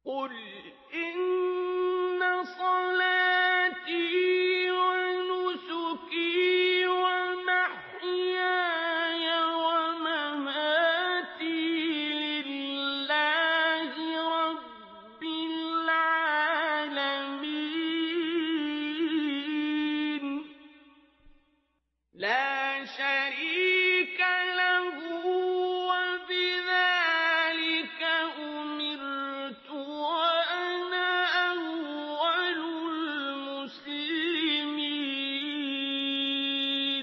قل إن صلاتي ونسكي ومحياي ومماتي لله رب العالمين لا شريك له وبذلك أمرت وأنا أول المسلمين.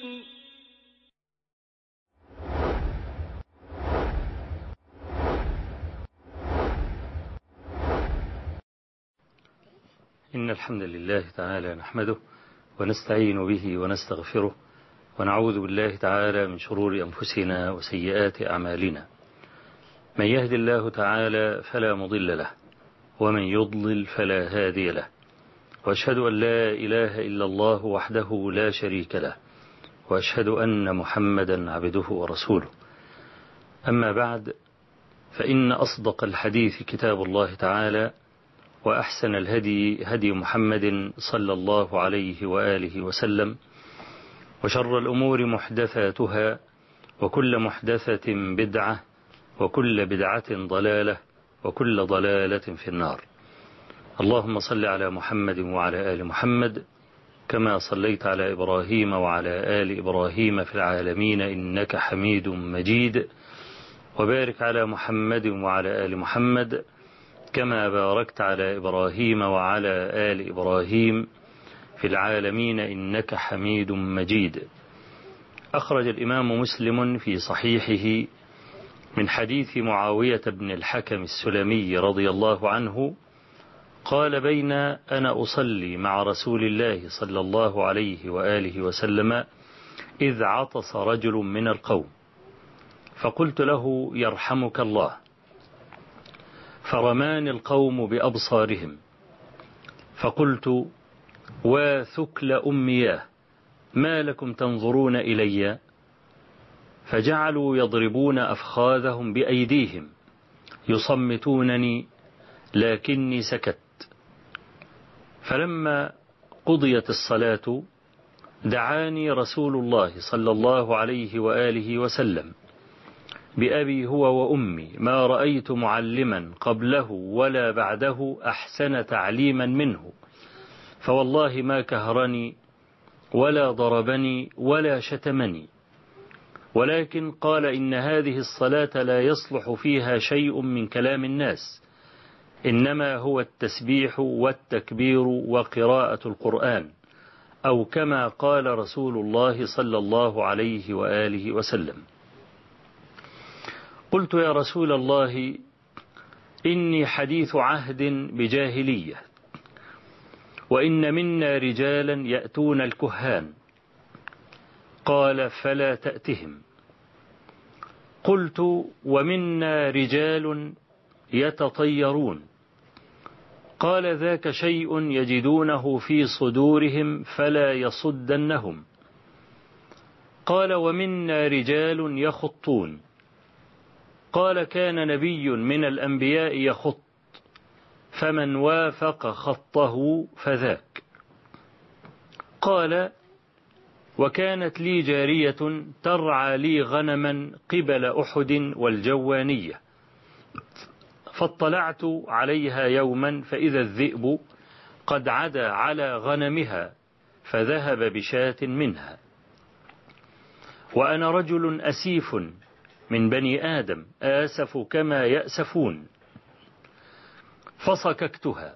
إن الحمد لله تعالى نحمده ونستعين به ونستغفره ونعوذ بالله تعالى من شرور أنفسنا وسيئات أعمالنا. من يهد الله تعالى فلا مضل له ومن يضلل فلا هادي له، وأشهد أن لا إله إلا الله وحده لا شريك له، وأشهد أن محمدا عبده ورسوله. أما بعد، فإن أصدق الحديث كتاب الله تعالى، وأحسن الهدي هدي محمد صلى الله عليه وآله وسلم، وشر الأمور محدثاتها، وكل محدثة بدعة، وكل بدعة ضلالة، وكل ضلالة في النار. اللهم صل على محمد وعلى آل محمد كما صليت على إبراهيم وعلى آل إبراهيم في العالمين إنك حميد مجيد، وبارك على محمد وعلى آل محمد كما باركت على إبراهيم وعلى آل إبراهيم في العالمين إنك حميد مجيد. أخرج الإمام مسلم في صحيحه من حديث معاوية بن الحكم السلمي رضي الله عنه قال: بين أنا أصلي مع رسول الله صلى الله عليه وآله وسلم إذ عطس رجل من القوم، فقلت له: يرحمك الله. فرماني القوم بأبصارهم، فقلت: وثكل أمياه، ما لكم تنظرون إلي؟ فجعلوا يضربون أفخاذهم بأيديهم يصمتونني، لكني سكت. فلما قضيت الصلاة دعاني رسول الله صلى الله عليه وآله وسلم بأبي هو وأمي، ما رأيت معلما قبله ولا بعده أحسن تعليما منه، فوالله ما كهرني ولا ضربني ولا شتمني، ولكن قال: إن هذه الصلاة لا يصلح فيها شيء من كلام الناس، إنما هو التسبيح والتكبير وقراءة القرآن، أو كما قال رسول الله صلى الله عليه وآله وسلم. قلت: يا رسول الله، إني حديث عهد بجاهلية، وإن منا رجالا يأتون الكهان. قال: فلا تأتهم. قلت: ومنا رجال يتطيرون. قال: ذاك شيء يجدونه في صدورهم فلا يصدنهم. قال: ومنا رجال يخطون. قال: كان نبي من الأنبياء يخط، فمن وافق خطه فذاك. قال: وكانت لي جارية ترعى لي غنما قبل أحد والجوانية، فاطلعت عليها يوما فإذا الذئب قد عدا على غنمها فذهب بشاة منها، وأنا رجل أسيف من بني آدم آسف كما يأسفون، فصككتها،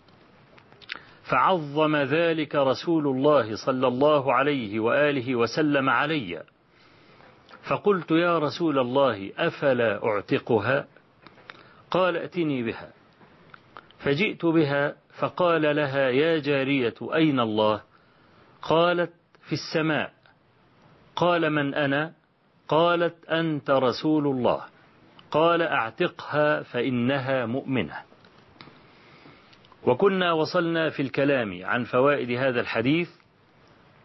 فعظم ذلك رسول الله صلى الله عليه وآله وسلم علي، فقلت: يا رسول الله، أفلا أعتقها؟ قال: ائتني بها. فجئت بها، فقال لها: يا جارية، أين الله؟ قالت: في السماء. قال: من أنا؟ قالت: أنت رسول الله. قال: اعتقها فإنها مؤمنة. وكنا وصلنا في الكلام عن فوائد هذا الحديث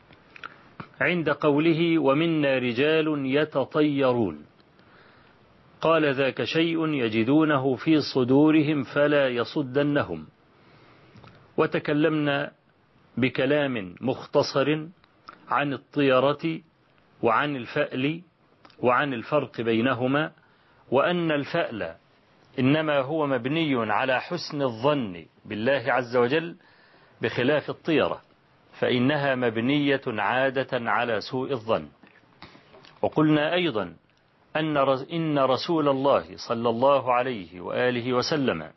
عند قوله: ومنا رجال يتطيرون. قال ذاك شيء يجدونه في صدورهم فلا يصدنهم. وتكلمنا بكلام مختصر عن الطيرة وعن الفأل وعن الفرق بينهما، وأن الفأل إنما هو مبني على حسن الظن بالله عز وجل، بخلاف الطيرة فإنها مبنية عادة على سوء الظن. وقلنا أيضا إن رسول الله صلى الله عليه وآله وسلم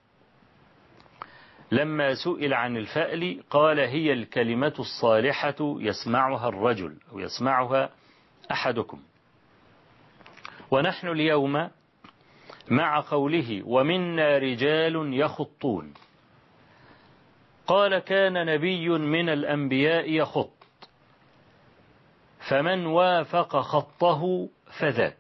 لما سئل عن الفأل قال: هي الكلمة الصالحة يسمعها الرجل أو يسمعها أحدكم. ونحن اليوم مع قوله: ومنا رجال يخطون، قال: كان نبي من الأنبياء يخط، فمن وافق خطه فذاك.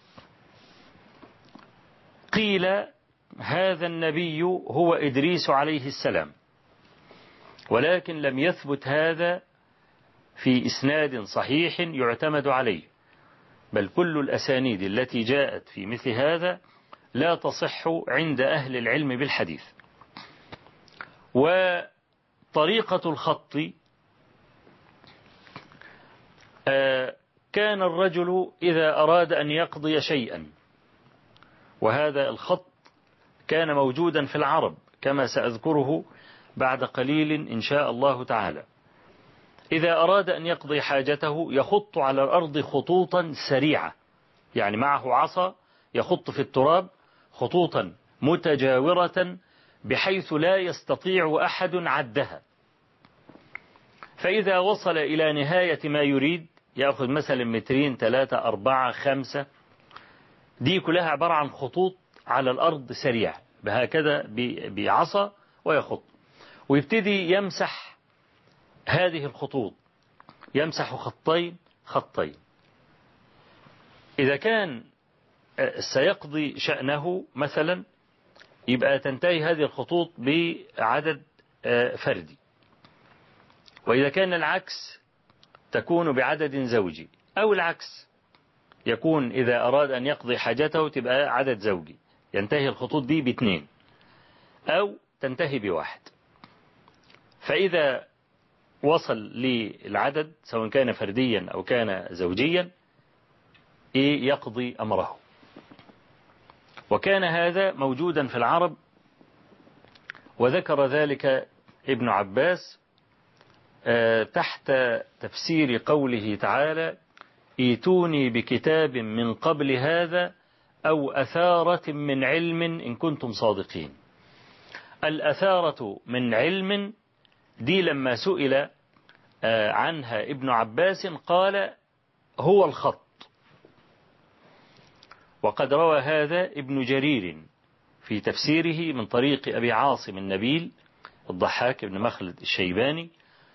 قيل هذا النبي هو إدريس عليه السلام، ولكن لم يثبت هذا في إسناد صحيح يعتمد عليه، بل كل الأسانيد التي جاءت في مثل هذا لا تصح عند أهل العلم بالحديث. وطريقة الخط كان الرجل إذا أراد أن يقضي شيئا، وهذا الخط كان موجودا في العرب كما سأذكره بعد قليل إن شاء الله تعالى، إذا أراد أن يقضي حاجته يخط على الأرض خطوطا سريعة، يعني معه عصا يخط في التراب خطوطا متجاورة بحيث لا يستطيع أحد عدها. فإذا وصل إلى نهاية ما يريد يأخذ مثلا 2 3 4 5، دي كلها عبارة عن خطوط على الأرض سريع بهكذا بعصا ويخط، ويبتدي يمسح هذه الخطوط، يمسح خطين. إذا كان سيقضي شأنه مثلا يبقى تنتهي هذه الخطوط بعدد فردي، وإذا كان العكس تكون بعدد زوجي، أو العكس يكون إذا أراد أن يقضي حاجته تبقى عدد زوجي، ينتهي الخطوط دي ب2 أو تنتهي ب1. فإذا وصل للعدد سواء كان فرديا أو كان زوجيا يقضي أمره. وكان هذا موجودا في العرب، وذكر ذلك ابن عباس تحت تفسير قوله تعالى: ايتوني بكتاب من قبل هذا أو أثارة من علم إن كنتم صادقين. الأثارة من علم دي لما سئل عنها ابن عباس قال: هو الخط. وقد روى هذا ابن جرير في تفسيره من طريق أبي عاصم النبيل الضحاك بن مخلد الشيباني،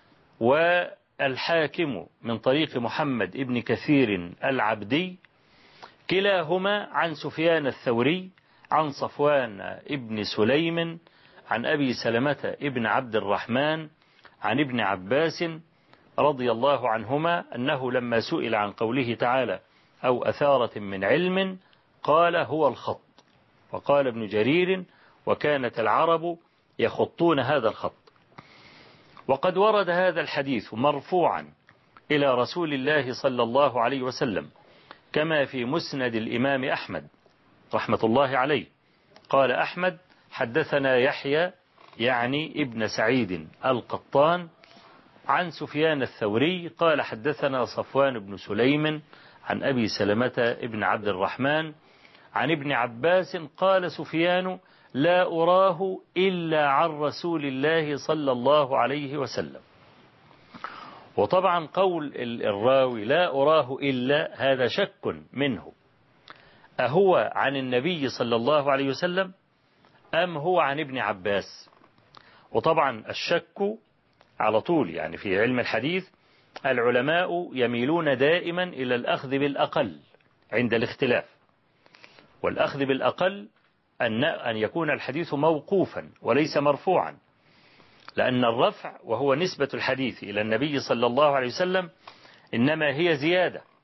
والحاكم من طريق محمد ابن كثير العبدي، كلاهما عن سفيان الثوري عن صفوان ابن سليم عن أبي سلمة ابن عبد الرحمن عن ابن عباس رضي الله عنهما أنه لما سئل عن قوله تعالى: أو أثارة من علم، قال: هو الخط. وقال ابن جرير: وكانت العرب يخطون هذا الخط. وقد ورد هذا الحديث مرفوعا إلى رسول الله صلى الله عليه وسلم كما في مسند الإمام أحمد رحمة الله عليه. قال أحمد: حدثنا يحيى يعني ابن سعيد القطان عن سفيان الثوري قال: حدثنا صفوان بن سليم عن أبي سلمة ابن عبد الرحمن عن ابن عباس قال سفيان: لا أراه إلا عن رسول الله صلى الله عليه وسلم. وطبعا قول الراوي لا أراه إلا هذا شك منه، أهو عن النبي صلى الله عليه وسلم أم هو عن ابن عباس؟ وطبعا الشك على طول يعني في علم الحديث العلماء يميلون دائما إلى الأخذ بالأقل عند الاختلاف، والأخذ بالأقل أن يكون الحديث موقوفا وليس مرفوعا، لأن الرفع وهو نسبة الحديث إلى النبي صلى الله عليه وسلم إنما هي زيادة،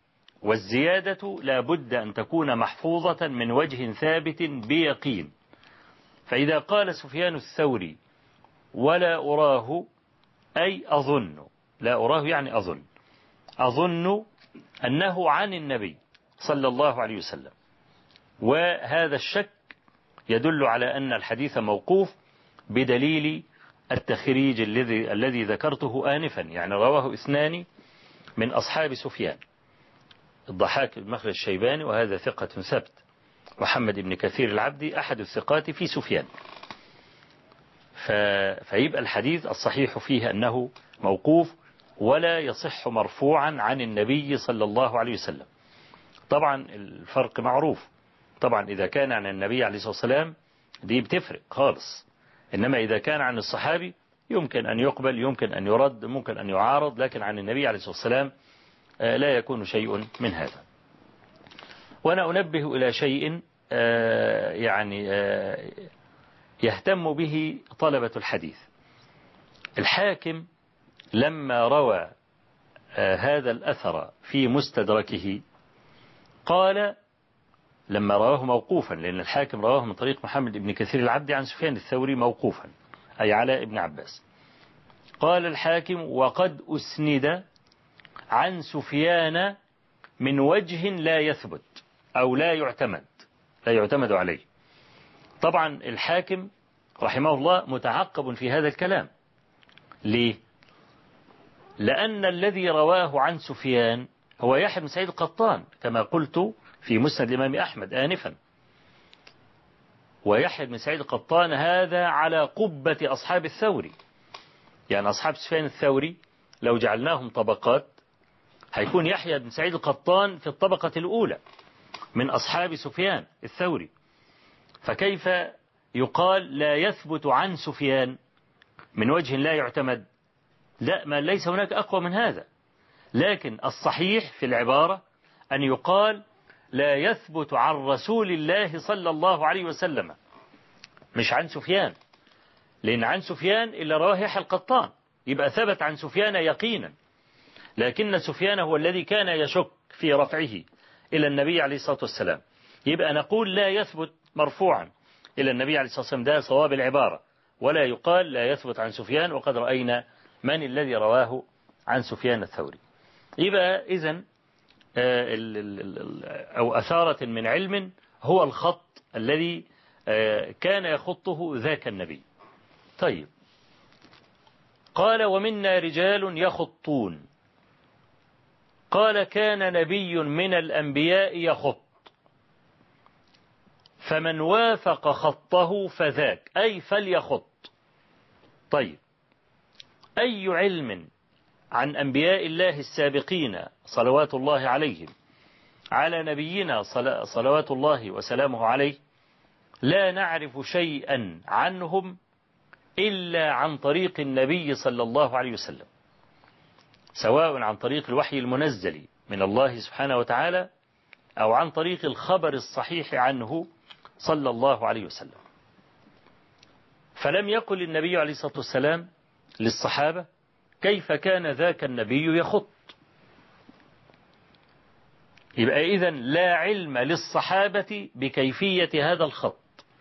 والزيادة لا بد أن تكون محفوظة من وجه ثابت بيقين. فإذا قال سفيان الثوري ولا أراه أي أظن، لا أراه يعني أظن أنه عن النبي صلى الله عليه وسلم، وهذا الشك يدل على أن الحديث موقوف بدليل التخريج الذي ذكرته آنفا، يعني رواه 2 من أصحاب سفيان، الضحاك بن مخلد الشيباني وهذا ثقة ثبت، محمد بن كثير العبدي أحد الثقات في سفيان. فيبقى الحديث الصحيح فيه أنه موقوف ولا يصح مرفوعا عن النبي صلى الله عليه وسلم. طبعا الفرق معروف، طبعا إذا كان عن النبي عليه الصلاة والسلام دي بتفرق خالص، إنما إذا كان عن الصحابي يمكن أن يقبل، يمكن أن يرد، ممكن أن يعارض، لكن عن النبي عليه الصلاة والسلام لا يكون شيء من هذا. وأنا أنبه إلى شيء يعني يهتم به طلبة الحديث. الحاكم لما روى هذا الأثر في مستدركه قال، لما رواه موقوفا، لأن الحاكم رواه من طريق محمد بن كثير العبدي عن سفيان الثوري موقوفا أي على ابن عباس، قال الحاكم وقد أسند عن سفيان من وجه لا يثبت أو لا يعتمد عليه. طبعا الحاكم رحمه الله متعقب في هذا الكلام. ليه؟ لأن الذي رواه عن سفيان هو يحيى بن سعيد القطان كما قلت في مسند الإمام أحمد آنفا، ويحيى بن سعيد القطان هذا على قبة أصحاب الثوري، يعني أصحاب سفيان الثوري لو جعلناهم طبقات هيكون يحيى بن سعيد القطان في الطبقة الأولى من أصحاب سفيان الثوري، فكيف يقال لا يثبت عن سفيان من وجه لا يعتمد؟ لا، ما ليس هناك أقوى من هذا. لكن الصحيح في العبارة أن يقال لا يثبت عن رسول الله صلى الله عليه وسلم، مش عن سفيان، لأن عن سفيان إلا رواه يحيى القطان يبقى ثبت عن سفيان يقينا، لكن سفيان هو الذي كان يشك في رفعه إلى النبي عليه الصلاة والسلام، يبقى نقول لا يثبت مرفوعا إلى النبي عليه الصلاة والسلام، ده صواب العبارة، ولا يقال لا يثبت عن سفيان وقد رأينا من الذي رواه عن سفيان الثوري. يبقى إذن أو أثارة من علم هو الخط الذي كان يخطه ذاك النبي. طيب، قال ومنا رجال يخطون، قال كان نبي من الأنبياء يخط فمن وافق خطه فذاك أي فليخط. طيب، أي علم عن أنبياء الله السابقين صلوات الله عليهم على نبينا صلوات الله وسلامه عليه لا نعرف شيئا عنهم إلا عن طريق النبي صلى الله عليه وسلم، سواء عن طريق الوحي المنزل من الله سبحانه وتعالى أو عن طريق الخبر الصحيح عنه صلى الله عليه وسلم. فلم يقل النبي عليه الصلاة والسلام للصحابة كيف كان ذاك النبي يخط، يبقى إذن لا علم للصحابة بكيفية هذا الخط.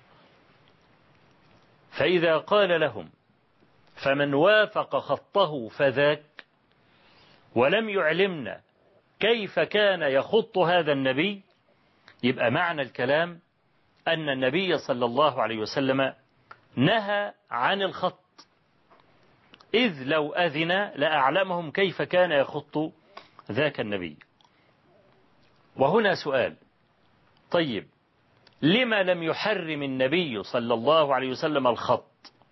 فإذا قال لهم فمن وافق خطه فذاك ولم يعلمنا كيف كان يخط هذا النبي، يبقى معنى الكلام أن النبي صلى الله عليه وسلم نهى عن الخط، إذ لو أذن لأعلمهم كيف كان يخط ذاك النبي. وهنا سؤال، طيب لما لم يحرم النبي صلى الله عليه وسلم الخط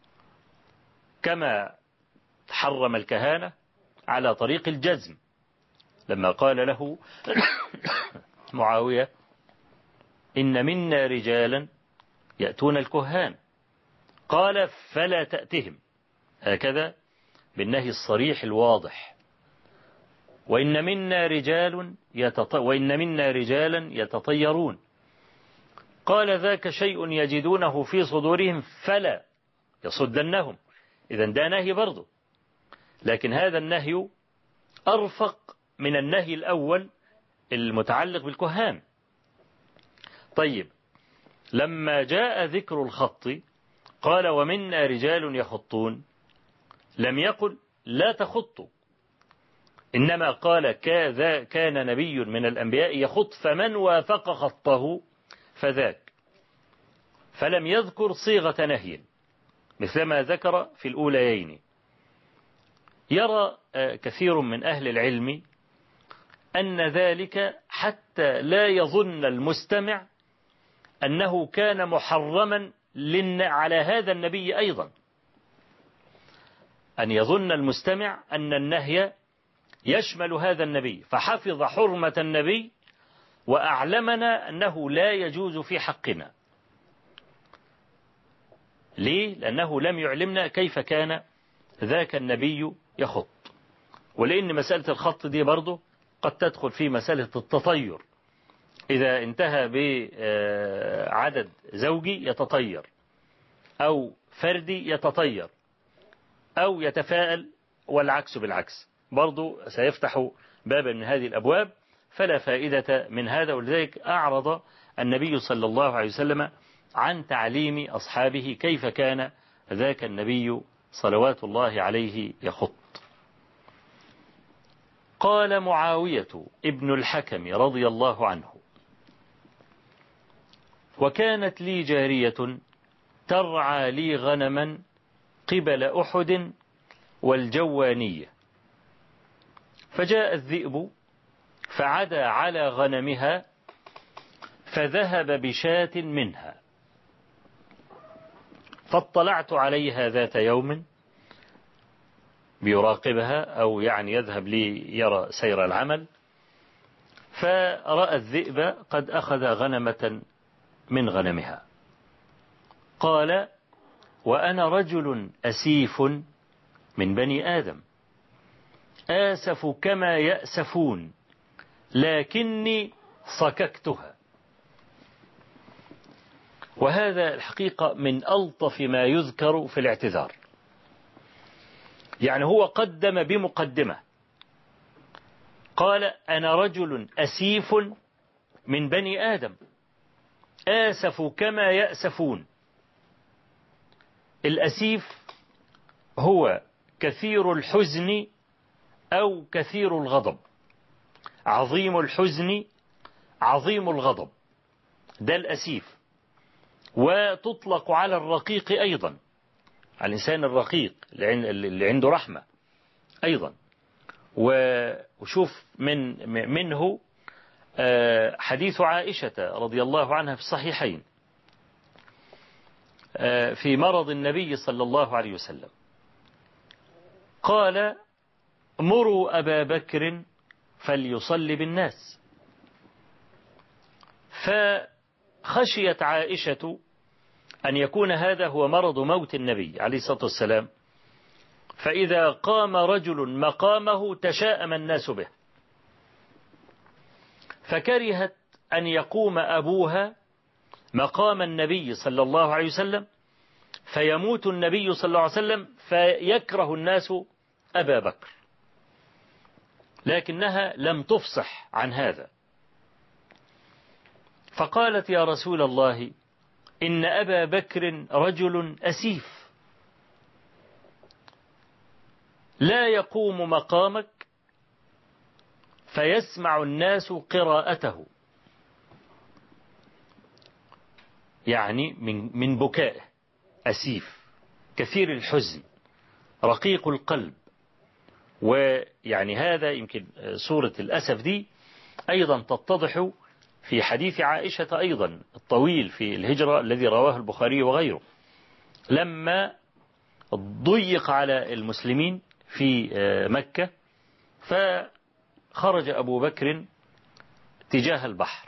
كما حرم الكهانة على طريق الجزم لما قال له معاوية إن منا رجالا يأتون الكهان، قال فلا تأتهم، هكذا بالنهي الصريح الواضح. وإن منا رجالا يتطيرون، قال ذاك شيء يجدونه في صدورهم فلا يصدنهم. إذن ده نهي برضه، لكن هذا النهي أرفق من النهي الأول المتعلق بالكهان. طيب لما جاء ذكر الخط قال ومنا رجال يخطون، لم يقل لا تخطوا، إنما قال كان نبي من الأنبياء يخط فمن وافق خطه فذاك، فلم يذكر صيغة نهي مثلما ذكر في الأوليين. يرى كثير من أهل العلم أن ذلك حتى لا يظن المستمع أنه كان محرما على هذا النبي أيضا، أن يظن المستمع أن النهي يشمل هذا النبي فحفظ حرمة النبي وأعلمنا أنه لا يجوز في حقنا. ليه؟ لأنه لم يعلمنا كيف كان ذاك النبي يخط. ولأن مسألة الخط دي برضه قد تدخل في مسألة التطير، إذا انتهى بعدد زوجي يتطير أو فردي يتطير أو يتفاءل، والعكس بالعكس، برضو سيفتح بابا من هذه الأبواب، فلا فائدة من هذا. ولذلك أعرض النبي صلى الله عليه وسلم عن تعليم أصحابه كيف كان ذاك النبي صلوات الله عليه يخط. قال معاوية ابن الحكم رضي الله عنه: وكانت لي جارية ترعى لي غنما قبل أحد والجوانية، فجاء الذئب فعدا على غنمها فذهب بشاة منها، فاطلعت عليها ذات يوم بيراقبها أو يعني يذهب ليرى سير العمل، فرأى الذئب قد أخذ غنمة من غنمها. قال: وأنا رجل أسيف من بني آدم، آسف كما يأسفون، لكني صككتها. وهذا الحقيقة من ألطف ما يذكر في الاعتذار. يعني هو قدم بمقدمة، قال: أنا رجل أسيف من بني آدم، آسف كما يأسفون. الأسيف هو كثير الحزن أو كثير الغضب، عظيم الحزن عظيم الغضب، ده الأسيف. وتطلق على الرقيق أيضا، على الإنسان الرقيق اللي عنده رحمة أيضا. وشوف منه حديث عائشة رضي الله عنها في الصحيحين في مرض النبي صلى الله عليه وسلم، قال: مروا أبا بكر فليصلي بالناس. فخشيت عائشة أن يكون هذا هو مرض موت النبي عليه الصلاة والسلام، فإذا قام رجل مقامه تشاءم الناس به، فكرهت أن يقوم أبوها مقام النبي صلى الله عليه وسلم فيموت النبي صلى الله عليه وسلم فيكره الناس أبا بكر، لكنها لم تفصح عن هذا، فقالت: يا رسول الله، إن أبا بكر رجل أسيف لا يقوم مقامك فيسمع الناس قراءته، يعني من بكائه، أسيف كثير الحزن رقيق القلب. ويعني هذا يمكن صورة الأسف دي أيضا تتضح في حديث عائشة أيضا الطويل في الهجرة الذي رواه البخاري وغيره، لما ضيق على المسلمين في مكة فخرج أبو بكر تجاه البحر،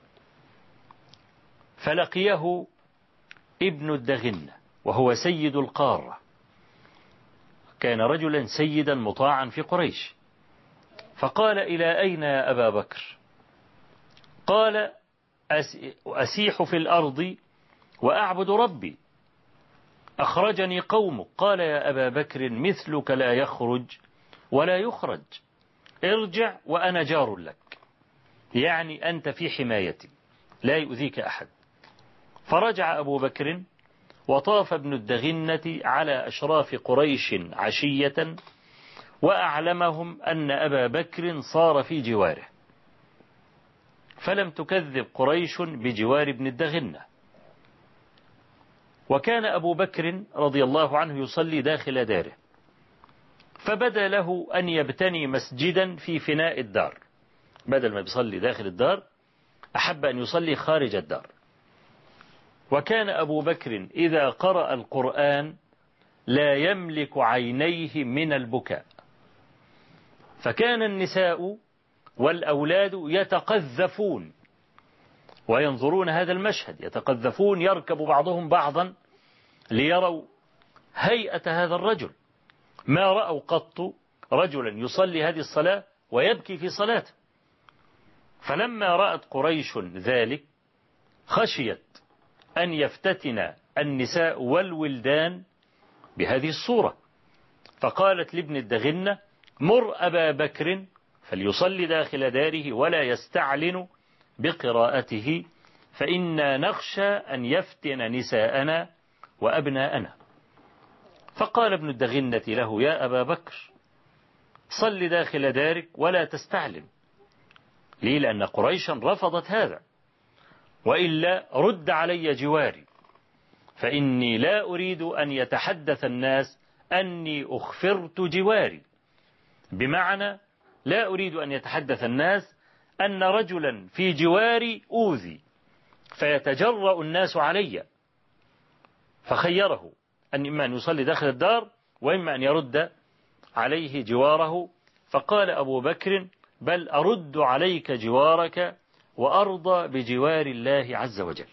فلقيه ابن الدغنة وهو سيد القارة، كان رجلا سيدا مطاعا في قريش، فقال: إلى أين يا أبا بكر؟ قال: أسيح في الأرض وأعبد ربي، أخرجني قومك. قال: يا أبا بكر، مثلك لا يخرج ولا يخرج، ارجع وأنا جار لك. يعني أنت في حمايتي لا يؤذيك أحد. فرجع أبو بكر وطاف ابن الدغنة على أشراف قريش عشية وأعلمهم أن أبا بكر صار في جواره، فلم تكذب قريش بجوار ابن الدغنة. وكان أبو بكر رضي الله عنه يصلي داخل داره، فبدا له أن يبتني مسجدا في فناء الدار، بدل ما يصلي داخل الدار أحب أن يصلي خارج الدار. وكان أبو بكر إذا قرأ القرآن لا يملك عينيه من البكاء، فكان النساء والأولاد يتقذفون وينظرون هذا المشهد، يتقذفون، يركب بعضهم بعضا ليروا هيئة هذا الرجل. ما رأوا قط رجلا يصلي هذه الصلاة ويبكي في صلاته. فلما رأت قريش ذلك خشيت أن يفتتن النساء والولدان بهذه الصورة، فقالت لابن الدغنة: مر أبا بكر فليصلي داخل داره ولا يستعلن بقراءته، فإنا نخشى أن يفتن نساءنا وأبناءنا. فقال ابن الدغنة له: يا أبا بكر صل داخل دارك ولا تستعلن. ليه؟ لأن قريشا رفضت هذا، وإلا رد علي جواري، فإني لا أريد أن يتحدث الناس أني أخفرت جواري، بمعنى لا أريد أن يتحدث الناس أن رجلا في جواري أوذي فيتجرأ الناس علي. فخيره أن إما أن يصلي داخل الدار وإما أن يرد عليه جواره. فقال أبو بكر: بل أرد عليك جوارك وأرضى بجوار الله عز وجل.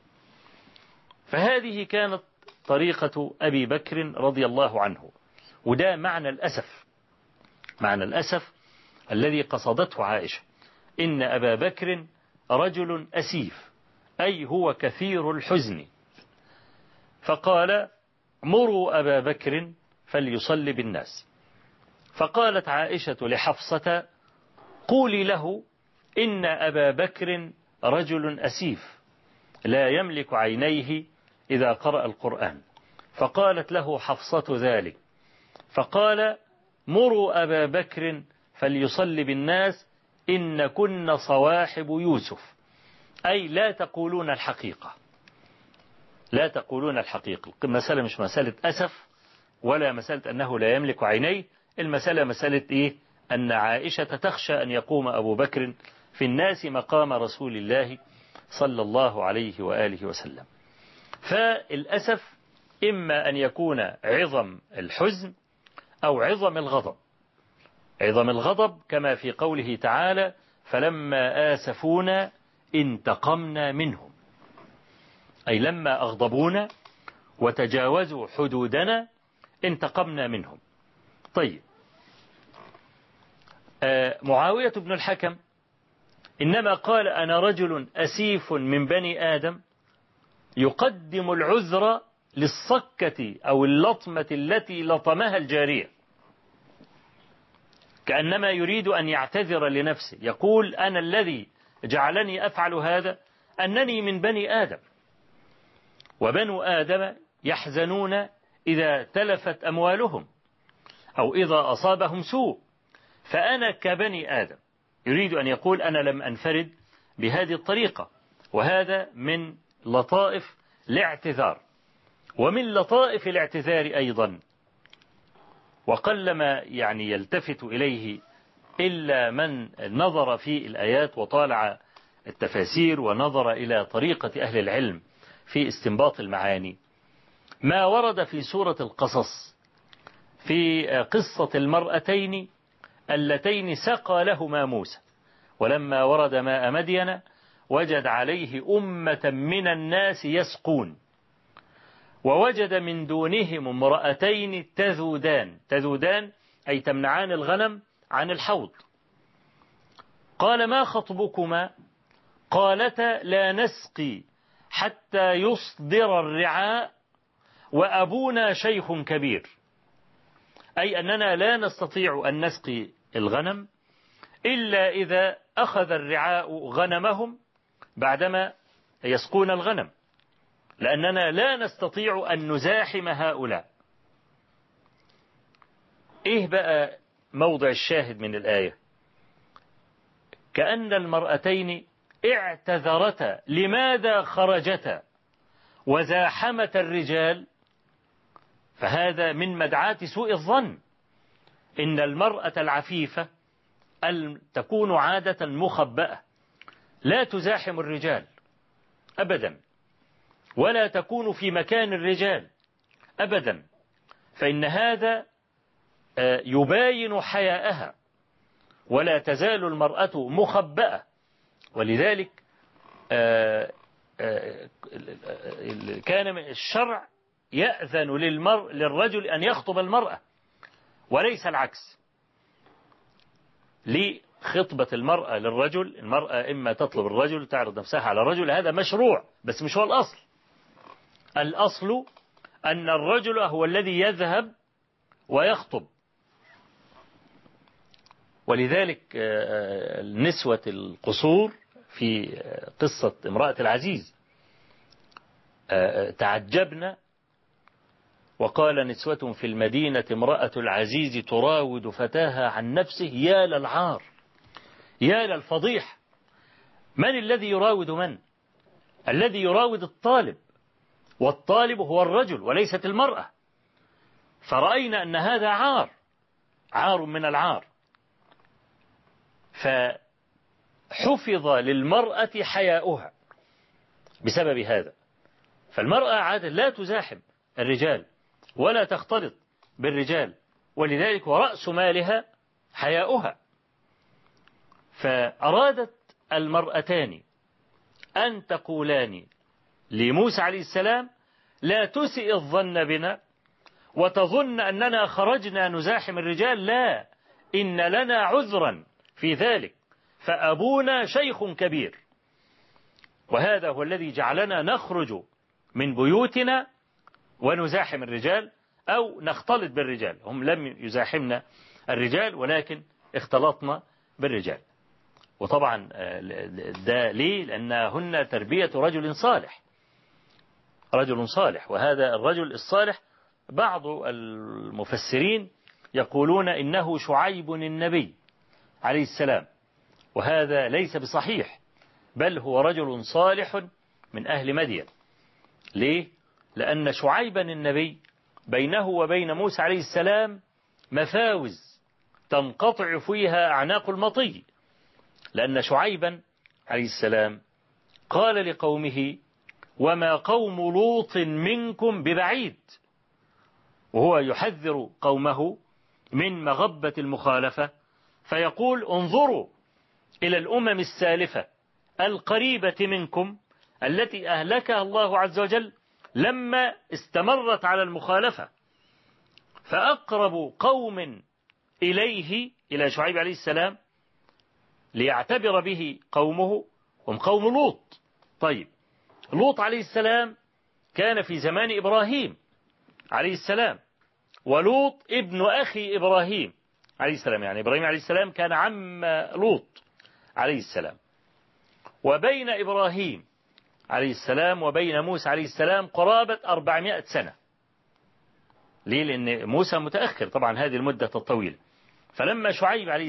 فهذه كانت طريقة أبي بكر رضي الله عنه، وده معنى الأسف، معنى الأسف الذي قصدته عائشة، إن أبا بكر رجل أسيف، أي هو كثير الحزن. فقال: مروا أبا بكر فليصلي بالناس. فقالت عائشة لحفصة: قولي له إن أبا بكر رجل أسيف لا يملك عينيه إذا قرأ القرآن. فقالت له حفصة ذلك، فقال: مروا أبا بكر فليصلي بالناس إن كن صواحب يوسف، أي لا تقولون الحقيقة، لا تقولون الحقيقة. المسألة مش مسألة أسف ولا مسألة أنه لا يملك عينيه، المسألة مسألة إيه؟ أن عائشة تخشى أن يقوم أبو بكر في الناس مقام رسول الله صلى الله عليه وآله وسلم. فالأسف إما أن يكون عظم الحزن أو عظم الغضب. عظم الغضب كما في قوله تعالى: فلما آسفونا انتقمنا منهم، أي لما أغضبونا وتجاوزوا حدودنا انتقمنا منهم. طيب، معاوية بن الحكم إنما قال: أنا رجل أسيف من بني آدم، يقدم العذر للصكة أو اللطمة التي لطمها الجارية، كأنما يريد أن يعتذر لنفسه، يقول: أنا الذي جعلني أفعل هذا أنني من بني آدم، وبنو آدم يحزنون إذا تلفت أموالهم أو إذا أصابهم سوء، فأنا كبني آدم. يريد أن يقول: أنا لم أنفرد بهذه الطريقة. وهذا من لطائف الاعتذار. ومن لطائف الاعتذار أيضا، وقلما يعني يلتفت إليه إلا من نظر في الآيات وطالع التفاسير ونظر إلى طريقة أهل العلم في استنباط المعاني، ما ورد في سورة القصص في قصة المرأتين اللتين سقى لهما موسى، ولما ورد ماء مدين وجد عليه أمة من الناس يسقون، ووجد من دونهم امرأتين تذودان أي تمنعان الغنم عن الحوض. قال: ما خطبكما؟ قالتا: لا نسقي حتى يصدر الرعاء وأبونا شيخ كبير، أي أننا لا نستطيع أن نسقي الغنم إلا إذا أخذ الرعاء غنمهم بعدما يسقون الغنم، لأننا لا نستطيع أن نزاحم هؤلاء. إيه بقى موضع الشاهد من الآية؟ كأن المرأتين اعتذرتا لماذا خرجتا وزاحمت الرجال، فهذا من مدعاة سوء الظن. إن المرأة العفيفة تكون عادة مخبأة، لا تزاحم الرجال أبدا، ولا تكون في مكان الرجال أبدا، فإن هذا يباين حياءها، ولا تزال المرأة مخبأة. ولذلك كان الشرع يأذن للرجل أن يخطب المرأة وليس العكس. لخطبة المرأة للرجل، المرأة إما تطلب الرجل تعرض نفسها على الرجل، هذا مشروع بس مش هو الأصل. الأصل أن الرجل هو الذي يذهب ويخطب. ولذلك نسوة القصور في قصة امرأة العزيز تعجبنا، وقال نسوة في المدينة امرأة العزيز تراود فتاها عن نفسه. يا للعار، يا للفضيح. من الذي يراود من؟ الذي يراود الطالب، والطالب هو الرجل وليست المرأة. فرأينا أن هذا عار من العار. فحفظ للمرأة حياؤها بسبب هذا. فالمرأة عادة لا تزاحم الرجال ولا تختلط بالرجال، ولذلك ورأس مالها حياؤها. فأرادت المرأتان أن تقولان لموسى عليه السلام: لا تسئ الظن بنا وتظن أننا خرجنا نزاحم الرجال، لا، إن لنا عذرا في ذلك، فأبونا شيخ كبير، وهذا هو الذي جعلنا نخرج من بيوتنا ونزاحم الرجال أو نختلط بالرجال. هم لم يزاحمنا الرجال ولكن اختلطنا بالرجال. وطبعا ده ليه؟ لأنهن تربية رجل صالح. وهذا الرجل الصالح بعض المفسرين يقولون إنه شعيب النبي عليه السلام، وهذا ليس بصحيح، بل هو رجل صالح من أهل مدين. ليه؟ لأن شعيبا النبي بينه وبين موسى عليه السلام مفاوز تنقطع فيها أعناق المطي. لأن شعيبا عليه السلام قال لقومه: وما قوم لوط منكم ببعيد، وهو يحذر قومه من مغبة المخالفة، فيقول: انظروا إلى الأمم السالفة القريبة منكم التي أهلكها الله عز وجل لما استمرت على المخالفة، فأقرب قوم إليه إلى شعيب عليه السلام ليعتبر به قومه هم قوم لوط. طيب، لوط عليه السلام كان في زمان إبراهيم عليه السلام، ولوط ابن أخي إبراهيم عليه السلام، يعني إبراهيم عليه السلام كان عم لوط عليه السلام. وبين إبراهيم عليه السلام وبين موسى عليه السلام قرابة 400 سنة. ليه؟ لأن موسى متأخر طبعا هذه المدة الطويلة. فلما شعيب عليه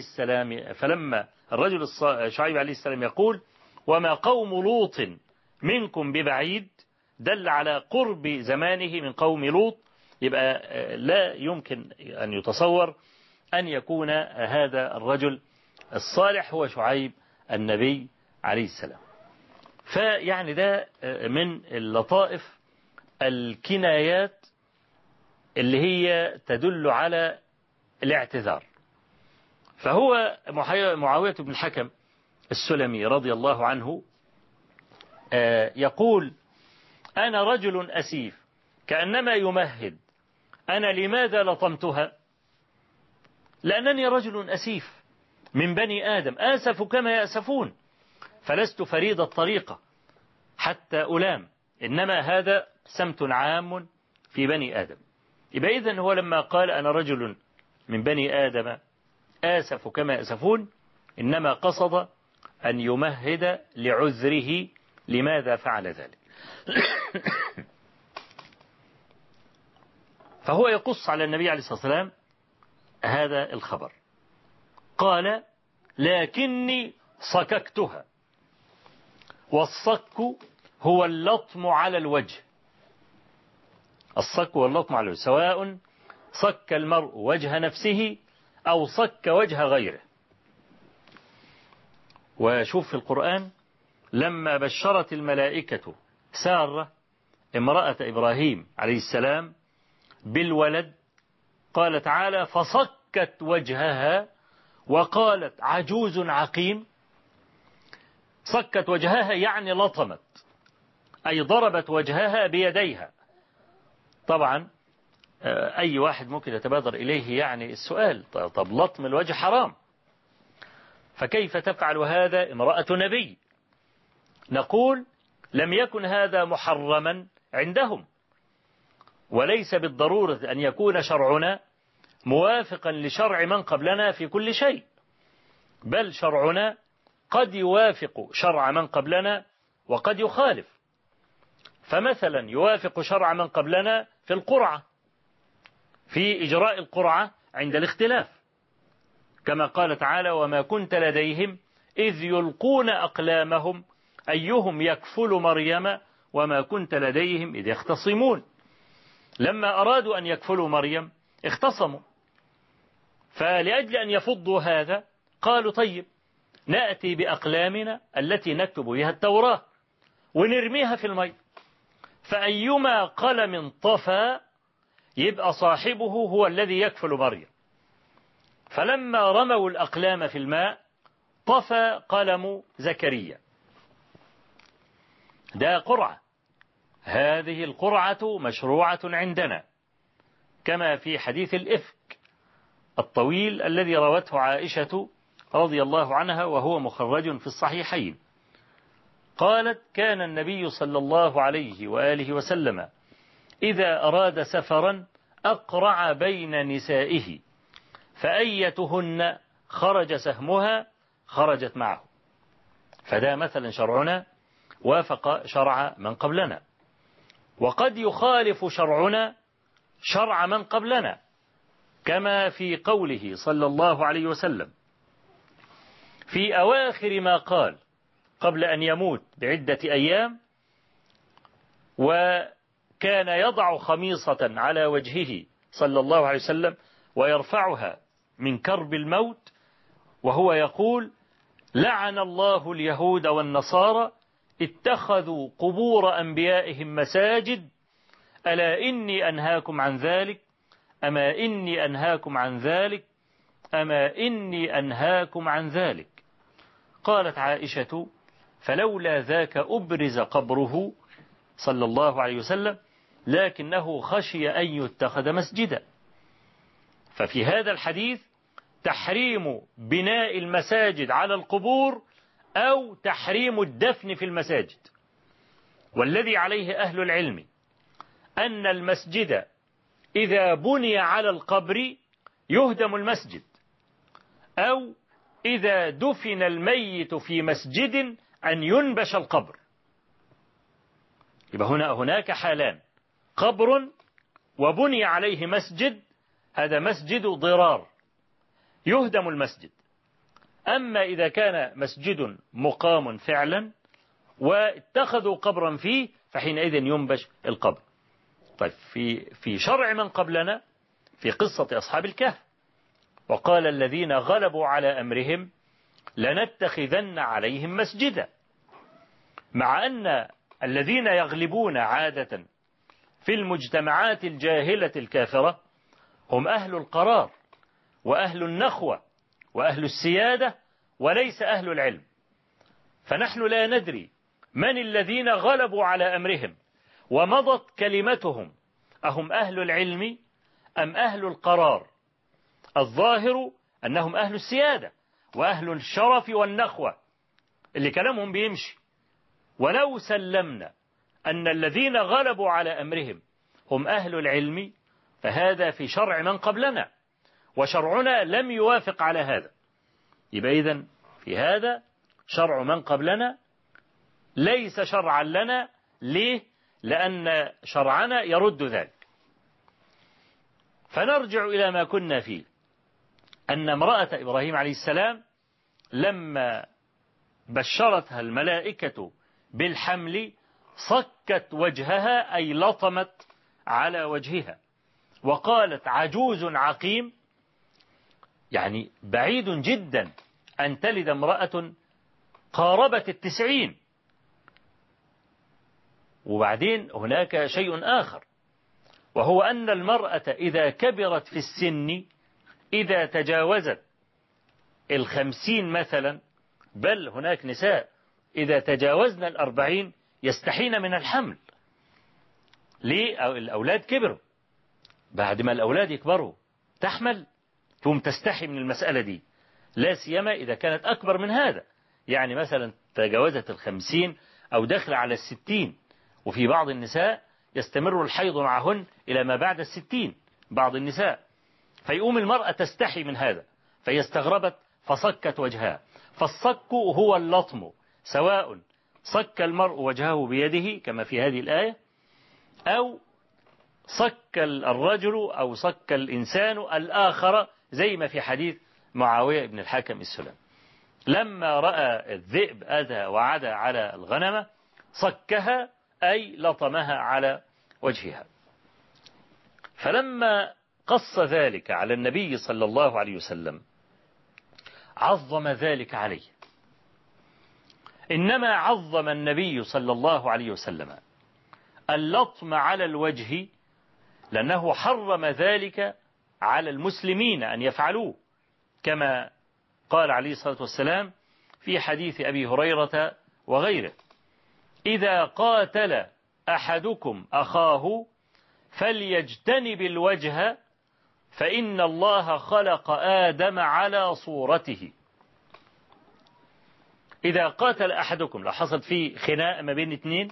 السلام يقول: وما قوم لوط منكم ببعيد، دل على قرب زمانه من قوم لوط. يبقى لا يمكن أن يتصور أن يكون هذا الرجل الصالح هو شعيب النبي عليه السلام. فيعني ده من اللطائف الكنايات اللي هي تدل على الاعتذار. فهو معاوية بن الحكم السلمي رضي الله عنه يقول: أنا رجل أسيف كأنما يمهد، أنا لماذا لطمتها؟ لأنني رجل أسيف من بني آدم، آسف كما يأسفون، فلست فريد الطريقة حتى ألام، إنما هذا سمت عام في بني آدم. يبقى إذن هو لما قال أنا رجل من بني آدم آسف كما يأسفون، إنما قصد أن يمهد لعذره لماذا فعل ذلك. فهو يقص على النبي عليه الصلاة والسلام هذا الخبر. قال: لكني صككتها. والصك هو اللطم على الوجه. الصك واللطم على الوجه، سواء صك المرء وجه نفسه أو صك وجه غيره. وشوف في القرآن لما بشرت الملائكة سارة امرأة إبراهيم عليه السلام بالولد، قال تعالى: فصكت وجهها وقالت عجوز عقيم. صكت وجهها يعني لطمت، أي ضربت وجهها بيديها. طبعا أي واحد ممكن يتبادر إليه يعني السؤال: طب لطم الوجه حرام، فكيف تفعل هذا امرأة نبي؟ نقول: لم يكن هذا محرما عندهم، وليس بالضرورة أن يكون شرعنا موافقا لشرع من قبلنا في كل شيء، بل شرعنا قد يوافق شرع من قبلنا وقد يخالف. فمثلا يوافق شرع من قبلنا في القرعة، في إجراء القرعة عند الاختلاف، كما قال تعالى: وما كنت لديهم إذ يلقون أقلامهم أيهم يكفل مريم وما كنت لديهم إذ يختصمون. لما أرادوا أن يكفلوا مريم اختصموا، فلأجل أن يفضوا هذا قالوا: طيب نأتي بأقلامنا التي نكتب بها التوراة ونرميها في الماء، فأيما قلم طفى يبقى صاحبه هو الذي يكفل مريم. فلما رموا الأقلام في الماء طفى قلم زكريا. ده قرعة. هذه القرعة مشروعة عندنا، كما في حديث الإفك الطويل الذي روته عائشة رضي الله عنها وهو مخرج في الصحيحين. قالت: كان النبي صلى الله عليه وآله وسلم إذا أراد سفرا أقرع بين نسائه، فأيتهن خرج سهمها خرجت معه. فده مثلا شرعنا وافق شرع من قبلنا، وقد يخالف شرعنا شرع من قبلنا، كما في قوله صلى الله عليه وسلم في أواخر ما قال قبل أن يموت بعدة أيام: وكان يضع خميصة على وجهه صلى الله عليه وسلم ويرفعها من كرب الموت، وهو يقول: لعن الله اليهود والنصارى اتخذوا قبور أنبيائهم مساجد، ألا إني أنهاكم عن ذلك، أما إني أنهاكم عن ذلك، أما إني أنهاكم عن ذلك. قالت عائشة: فلولا ذاك أبرز قبره صلى الله عليه وسلم، لكنه خشي أن يتخذ مسجدا. ففي هذا الحديث تحريم بناء المساجد على القبور أو تحريم الدفن في المساجد. والذي عليه أهل العلم أن المسجد إذا بني على القبر يهدم المسجد، أو إذا دفن الميت في مسجد أن ينبش القبر. يبقى هناك حالان: قبر وبني عليه مسجد، هذا مسجد ضرار يهدم المسجد. أما إذا كان مسجد مقام فعلا واتخذوا قبرا فيه فحينئذ ينبش القبر. طيب في شرع من قبلنا في قصة أصحاب الكهف: وقال الذين غلبوا على أمرهم لنتخذن عليهم مسجدا. مع أن الذين يغلبون عادة في المجتمعات الجاهلة الكافرة هم أهل القرار وأهل النخوة وأهل السيادة وليس أهل العلم. فنحن لا ندري من الذين غلبوا على أمرهم ومضت كلمتهم، أهم أهل العلم أم أهل القرار؟ الظاهر أنهم أهل السيادة وأهل الشرف والنخوة اللي كلامهم بيمشي. ولو سلمنا أن الذين غلبوا على أمرهم هم أهل العلم فهذا في شرع من قبلنا، وشرعنا لم يوافق على هذا. يبقى إذن في هذا شرع من قبلنا ليس شرعا لنا. ليه؟ لأن شرعنا يرد ذلك. فنرجع إلى ما كنا فيه، أن امرأة إبراهيم عليه السلام لما بشرتها الملائكة بالحمل صكت وجهها، أي لطمت على وجهها، وقالت عجوز عقيم، يعني بعيد جدا أن تلد امرأة قاربت 90. وبعدين هناك شيء آخر، وهو أن المرأة إذا كبرت في السن، إذا تجاوزت 50 مثلا، بل هناك نساء إذا تجاوزن 40 يستحين من الحمل. ليه؟ الأولاد كبروا، بعد ما الأولاد يكبروا تحمل، ثم تستحي من المسألة دي، لا سيما إذا كانت أكبر من هذا، يعني مثلا تجاوزت 50 أو دخل على 60، وفي بعض النساء يستمر الحيض معهن إلى ما بعد 60 بعض النساء، فيقوم المرأة تستحي من هذا، فهي استغربت فصكت وجهها. فالصك هو اللطم، سواء صك المرء وجهه بيده كما في هذه الآية، أو صك الرجل أو صك الإنسان الآخر زي ما في حديث معاوية بن الحكم السلمي، لما رأى الذئب أتى وعدى على الغنمة صكها، أي لطمها على وجهها. فلما قص ذلك على النبي صلى الله عليه وسلم عظم ذلك عليه. إنما عظم النبي صلى الله عليه وسلم اللطم على الوجه لأنه حرم ذلك على المسلمين أن يفعلوه، كما قال عليه الصلاة والسلام في حديث أبي هريرة وغيره: إذا قاتل أحدكم أخاه فليجتنب الوجه فإن الله خلق آدم على صورته. إذا قاتل أحدكم، لو حصل فيه خناق ما بين اثنين،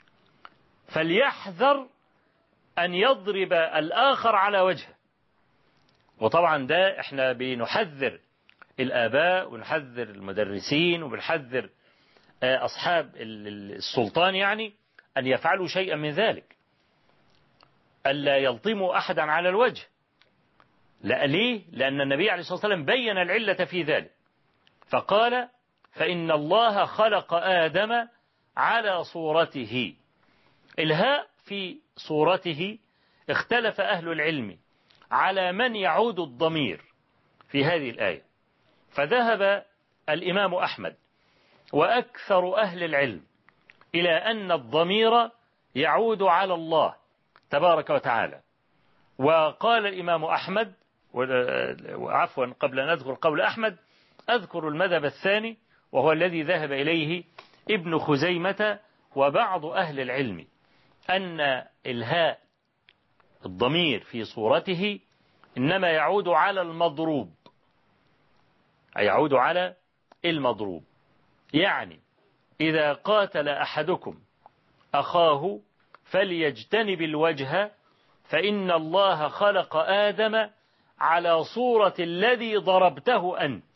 فليحذر أن يضرب الآخر على وجهه. وطبعا ده احنا بنحذر الآباء ونحذر المدرسين وبنحذر أصحاب السلطان، يعني أن يفعلوا شيئا من ذلك، ألا يلطموا أحدا على الوجه. لا، ليه؟ لأن النبي عليه الصلاة والسلام بين العلة في ذلك، فقال: فإن الله خلق آدم على صورته. الهاء في صورته اختلف أهل العلم على من يعود الضمير في هذه الآية، فذهب الإمام أحمد وأكثر أهل العلم إلى أن الضمير يعود على الله تبارك وتعالى. وقال الإمام أحمد، وعفوا قبل أن أذكر قول أحمد أذكر المذهب الثاني، وهو الذي ذهب إليه ابن خزيمة وبعض أهل العلم، أن الهاء الضمير في صورته إنما يعود على المضروب، أي يعود على المضروب. يعني إذا قاتل أحدكم أخاه فليجتنب الوجه فإن الله خلق آدم على صورة الذي ضربته أنت.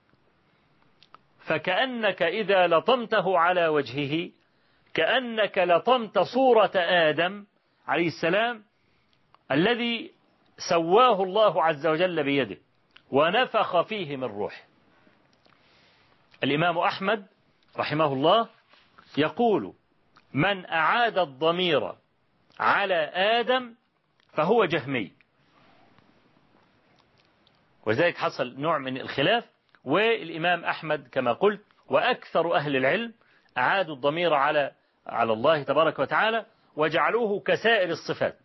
فكأنك إذا لطمته على وجهه كأنك لطمت صورة آدم عليه السلام الذي سواه الله عز وجل بيده ونفخ فيه من روحه. الإمام أحمد رحمه الله يقول: من أعاد الضمير على آدم فهو جهمي. وذلك حصل نوع من الخلاف، والإمام أحمد كما قلت وأكثر أهل العلم أعادوا الضمير على الله تبارك وتعالى وجعلوه كسائر الصفات،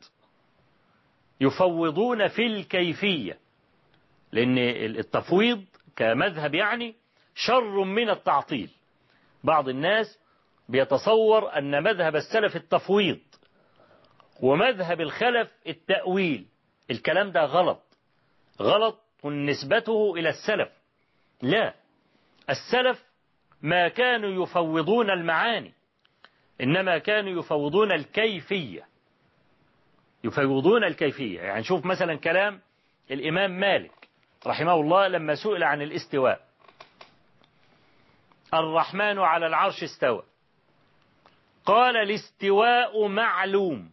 يفوضون في الكيفية، لأن التفويض كمذهب يعني شر من التعطيل. بعض الناس بيتصور أن مذهب السلف التفويض ومذهب الخلف التأويل. الكلام ده غلط نسبته إلى السلف. لا، السلف ما كانوا يفوضون المعاني، إنما كانوا يفوضون الكيفية. يعني شوف مثلا كلام الإمام مالك رحمه الله لما سئل عن الاستواء، الرحمن على العرش استوى. قال الاستواء معلوم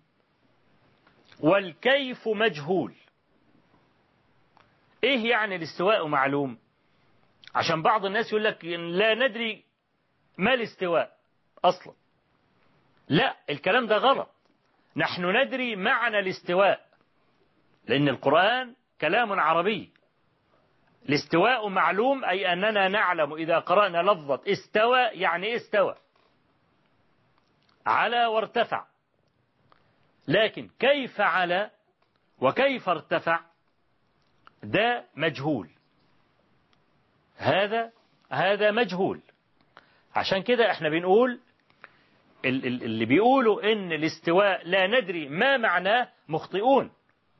والكيف مجهول. ايه يعني الاستواء معلوم؟ عشان بعض الناس يقول لك لا ندري ما الاستواء اصلا. لا، الكلام ده غلط. نحن ندري معنى الاستواء، لأن القرآن كلام عربي. الاستواء معلوم أي أننا نعلم إذا قرأنا لفظة استوى يعني استوى، على وارتفع. لكن كيف على وكيف ارتفع ده مجهول. هذا مجهول. عشان كده احنا بنقول اللي بيقولوا ان الاستواء لا ندري ما معناه مخطئون.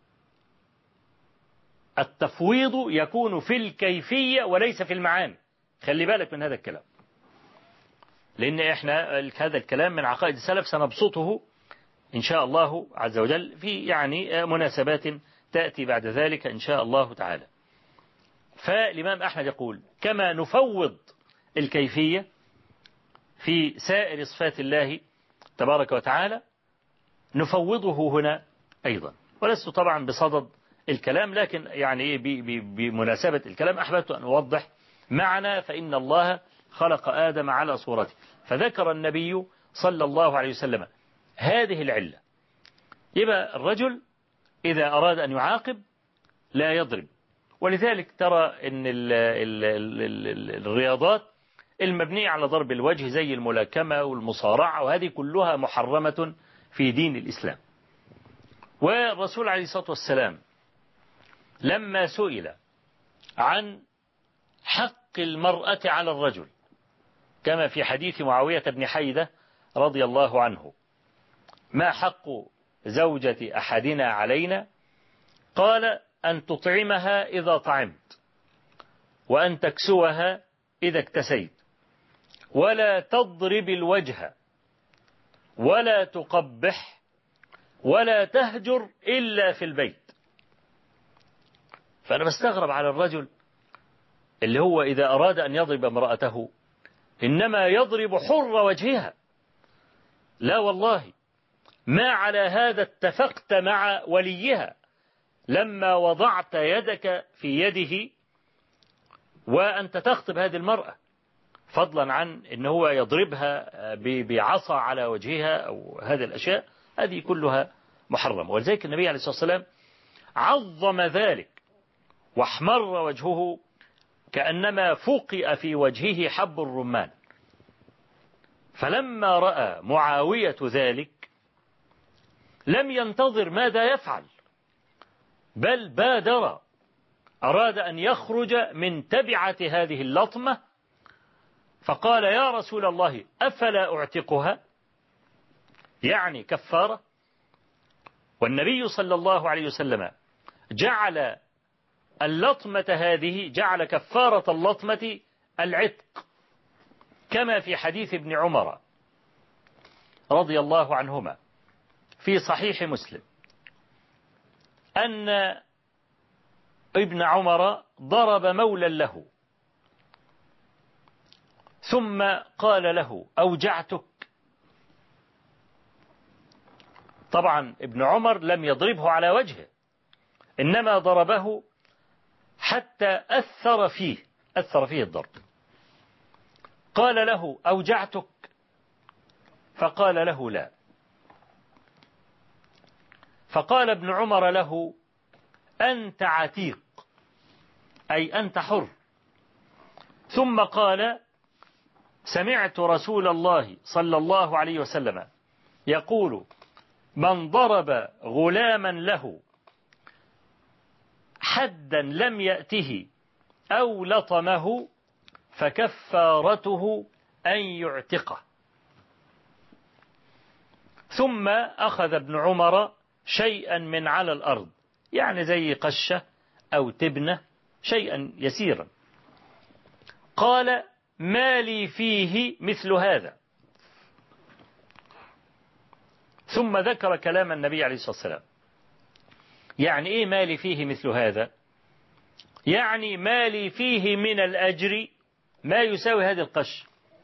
التفويض يكون في الكيفية وليس في المعاني. خلي بالك من هذا الكلام، لأن احنا هذا الكلام من عقائد السلف سنبسطه إن شاء الله عز وجل في يعني مناسبات تأتي بعد ذلك إن شاء الله تعالى. فالإمام أحمد يقول كما نفوض الكيفية في سائر صفات الله تبارك وتعالى نفوضه هنا أيضا. ولست طبعا بصدد الكلام، لكن يعني بمناسبة الكلام أحببت أن أوضح معنى فإن الله خلق آدم على صورته. فذكر النبي صلى الله عليه وسلم هذه العلة. يبقى الرجل إذا أراد أن يعاقب لا يضرب. ولذلك ترى أن الرياضات المبنية على ضرب الوجه زي الملاكمة والمصارعة وهذه كلها محرمة في دين الإسلام. والرسول عليه الصلاة والسلام لما سئل عن حق المرأة على الرجل كما في حديث معاوية بن حيدة رضي الله عنه، ما حق زوجة أحدنا علينا؟ قال أن تطعمها إذا طعمت، وأن تكسوها إذا اكتسيت، ولا تضرب الوجه، ولا تقبح، ولا تهجر إلا في البيت. فأنا بستغرب على الرجل اللي هو إذا أراد أن يضرب امرأته إنما يضرب حر وجهها. لا والله، ما على هذا اتفقت مع وليها لما وضعت يدك في يده وأنت تخطب هذه المرأة، فضلا عن أن هو يضربها بعصا على وجهها أو هذه الأشياء، هذه كلها محرمة. ولذلك النبي عليه الصلاة والسلام عظم ذلك واحمر وجهه كأنما فوقئ في وجهه حب الرمان. فلما رأى معاوية ذلك لم ينتظر ماذا يفعل، بل بادر، أراد أن يخرج من تبعة هذه اللطمة، فقال يا رسول الله أفلا أعتقها، يعني كفارة. والنبي صلى الله عليه وسلم جعل اللطمة هذه، جعل كفارة اللطمة العتق، كما في حديث ابن عمر رضي الله عنهما في صحيح مسلم أن ابن عمر ضرب مولا له ثم قال له أوجعتك. طبعا ابن عمر لم يضربه على وجهه، إنما ضربه حتى أثر فيه الضرب. قال له أوجعتك؟ فقال له لا. فقال ابن عمر له أنت عتيق، أي أنت حر. ثم قال سمعت رسول الله صلى الله عليه وسلم يقول من ضرب غلاما له حدا لم يأته أو لطمه فكفارته أن يعتقه. ثم أخذ ابن عمر شيئا من على الأرض، يعني زي قشة أو تبنة، شيئا يسيرا، قال ما لي فيه مثل هذا. ثم ذكر كلام النبي عليه الصلاة والسلام. يعني إيه ما لي فيه مثل هذا؟ يعني ما لي فيه من الأجر ما يساوي هذه القش.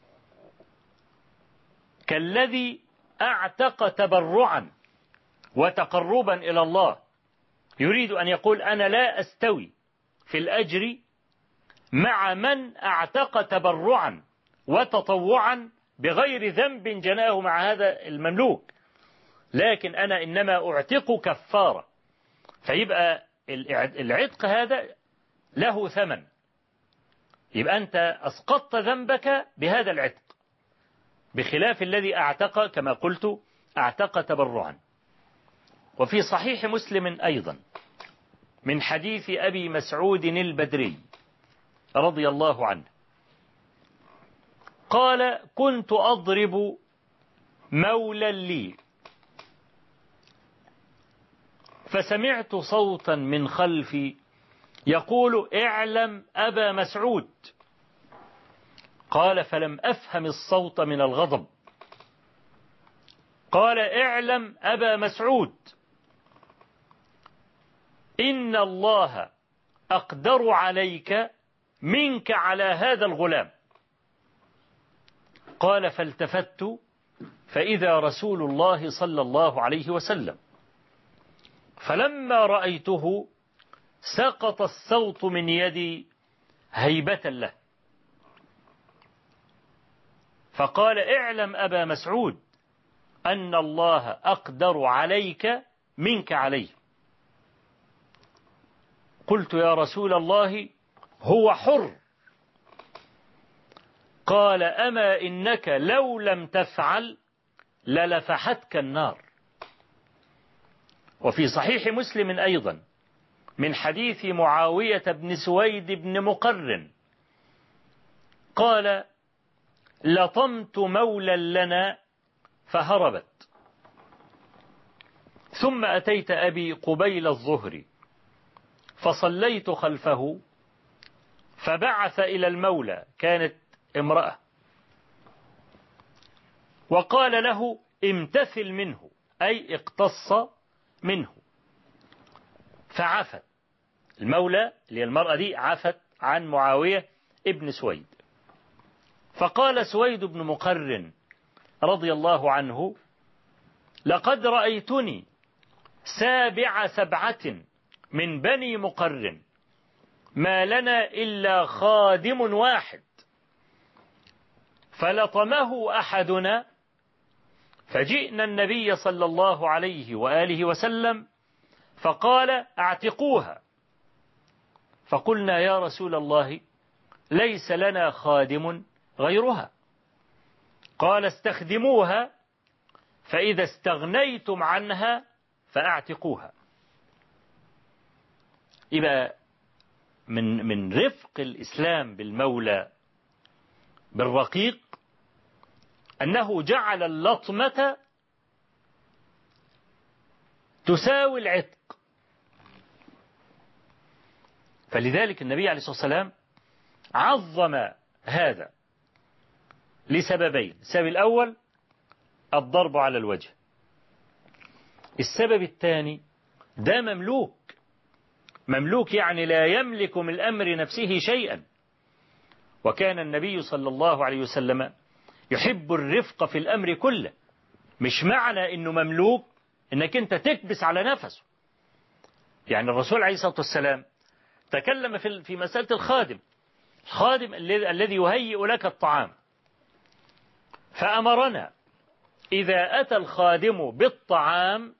كالذي أعتق تبرعا وتقربا إلى الله، يريد أن يقول أنا لا أستوي في الأجر مع من أعتق تبرعا وتطوعا بغير ذنب جناه مع هذا المملوك، لكن أنا إنما أعتق كفارة. فيبقى العتق هذا له ثمن، يبقى أنت أسقطت ذنبك بهذا العتق، بخلاف الذي أعتق كما قلت أعتق تبرعا. وفي صحيح مسلم أيضا من حديث أبي مسعود البدري رضي الله عنه قال: كنت أضرب مولا لي فسمعت صوتا من خلفي يقول: اعلم أبا مسعود. قال: فلم أفهم الصوت من الغضب. قال: اعلم أبا مسعود إن الله أقدر عليك منك على هذا الغلام. قال: فالتفت فإذا رسول الله صلى الله عليه وسلم، فلما رأيته سقط الصوت من يدي هيبة له، فقال: اعلم أبا مسعود أن الله أقدر عليك منك عليه. قلت: يا رسول الله هو حر. قال: أما إنك لو لم تفعل للفحتك النار. وفي صحيح مسلم أيضا من حديث معاوية بن سويد بن مقرن قال: لطمت مولا لنا فهربت، ثم أتيت أبي قبيل الظهر فصليت خلفه، فبعث إلى المولى، كانت امرأة، وقال له: امتثل منه، أي اقتص منه. فعفت المولى اللي هي المرأة دي، عفت عن معاوية ابن سويد. فقال سويد بن مقرن رضي الله عنه: لقد رأيتني سابع سبعة من بني مقرن ما لنا إلا خادم واحد، فلطمه أحدنا، فجئنا النبي صلى الله عليه وآله وسلم فقال: اعتقوها. فقلنا: يا رسول الله ليس لنا خادم غيرها. قال: استخدموها، فإذا استغنيتم عنها فاعتقوها. يبقى من رفق الإسلام بالمولى بالرقيق أنه جعل اللطمة تساوي العتق. فلذلك النبي عليه الصلاة والسلام عظم هذا لسببين: السبب الأول الضرب على الوجه، السبب الثاني ده مملوك يعني لا يملك من الأمر نفسه شيئا. وكان النبي صلى الله عليه وسلم يحب الرفق في الأمر كله، مش معنى أنه مملوك أنك أنت تكبس على نفسه. يعني الرسول عليه الصلاة والسلام تكلم في مسألة الخادم الذي يهيئ لك الطعام، فأمرنا إذا أتى الخادم بالطعام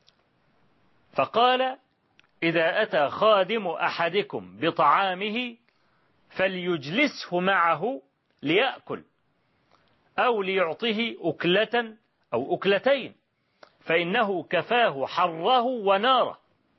فقال: إذا أتى خادم أحدكم بطعامه فليجلسه معه ليأكل، أو ليعطه أكلة أو أكلتين، فإنه كفاه حره وناره.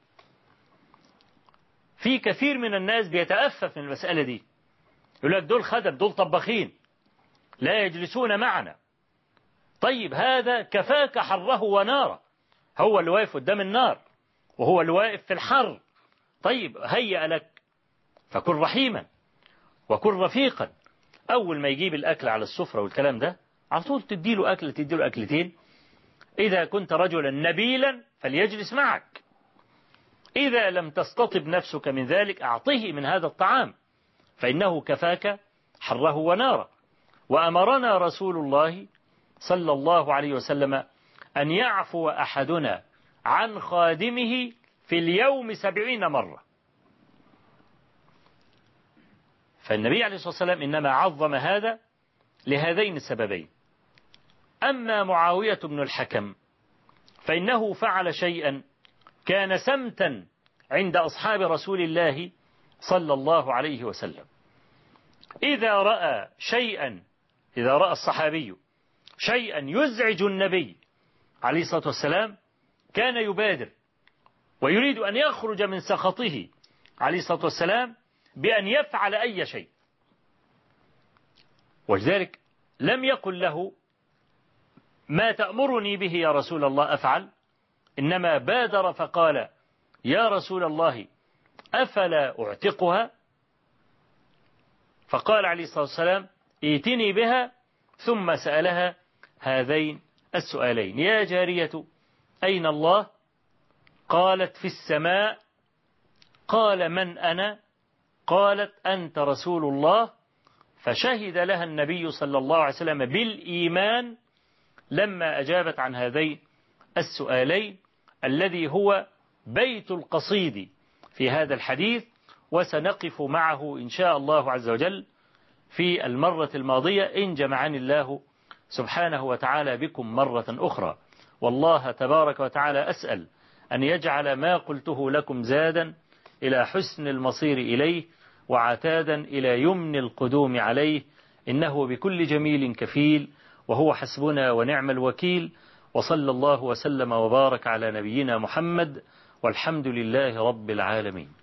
في كثير من الناس بيتأفف من المسألة دي، يقول لك دول خدم، دول طباخين، لا يجلسون معنا. طيب هذا كفاك حره وناره، هو اللي واقف قدام النار وهو اللي واقف في الحر. طيب هيأ لك، فكن رحيما وكن رفيقا. أول ما يجيب الأكل على السفرة والكلام ده على طول تديله أكل، تديله أكلتين. إذا كنت رجلا نبيلا فليجلس معك، إذا لم تستطب نفسك من ذلك أعطه من هذا الطعام، فإنه كفاك حره وناره. وأمرنا رسول الله صلى الله عليه وسلم أن يعفو أحدنا عن خادمه في اليوم 70 مرة. فالنبي عليه الصلاة والسلام إنما عظم هذا لهذين السببين. أما معاوية بن الحكم فإنه فعل شيئا كان سمتا عند أصحاب رسول الله صلى الله عليه وسلم. إذا رأى الصحابي شيئا يزعج النبي عليه الصلاة والسلام كان يبادر ويريد أن يخرج من سخطه عليه الصلاة والسلام بأن يفعل أي شيء. ولذلك لم يقل له ما تأمرني به يا رسول الله أفعل، إنما بادر فقال يا رسول الله أفلا أعتقها؟ فقال عليه الصلاة والسلام ائتني بها، ثم سألها هذين السؤالين: يا جارية أين الله؟ قالت في السماء. قال من أنا؟ قالت أنت رسول الله. فشهد لها النبي صلى الله عليه وسلم بالإيمان لما أجابت عن هذين السؤالين، الذي هو بيت القصيد في هذا الحديث. وسنقف معه إن شاء الله عز وجل في المرة الماضية إن جمعني الله سبحانه وتعالى بكم مرة أخرى. والله تبارك وتعالى أسأل أن يجعل ما قلته لكم زادا إلى حسن المصير إليه وعتادا إلى يمن القدوم عليه، إنه بكل جميل كفيل، وهو حسبنا ونعم الوكيل. وصلى الله وسلم وبارك على نبينا محمد، والحمد لله رب العالمين.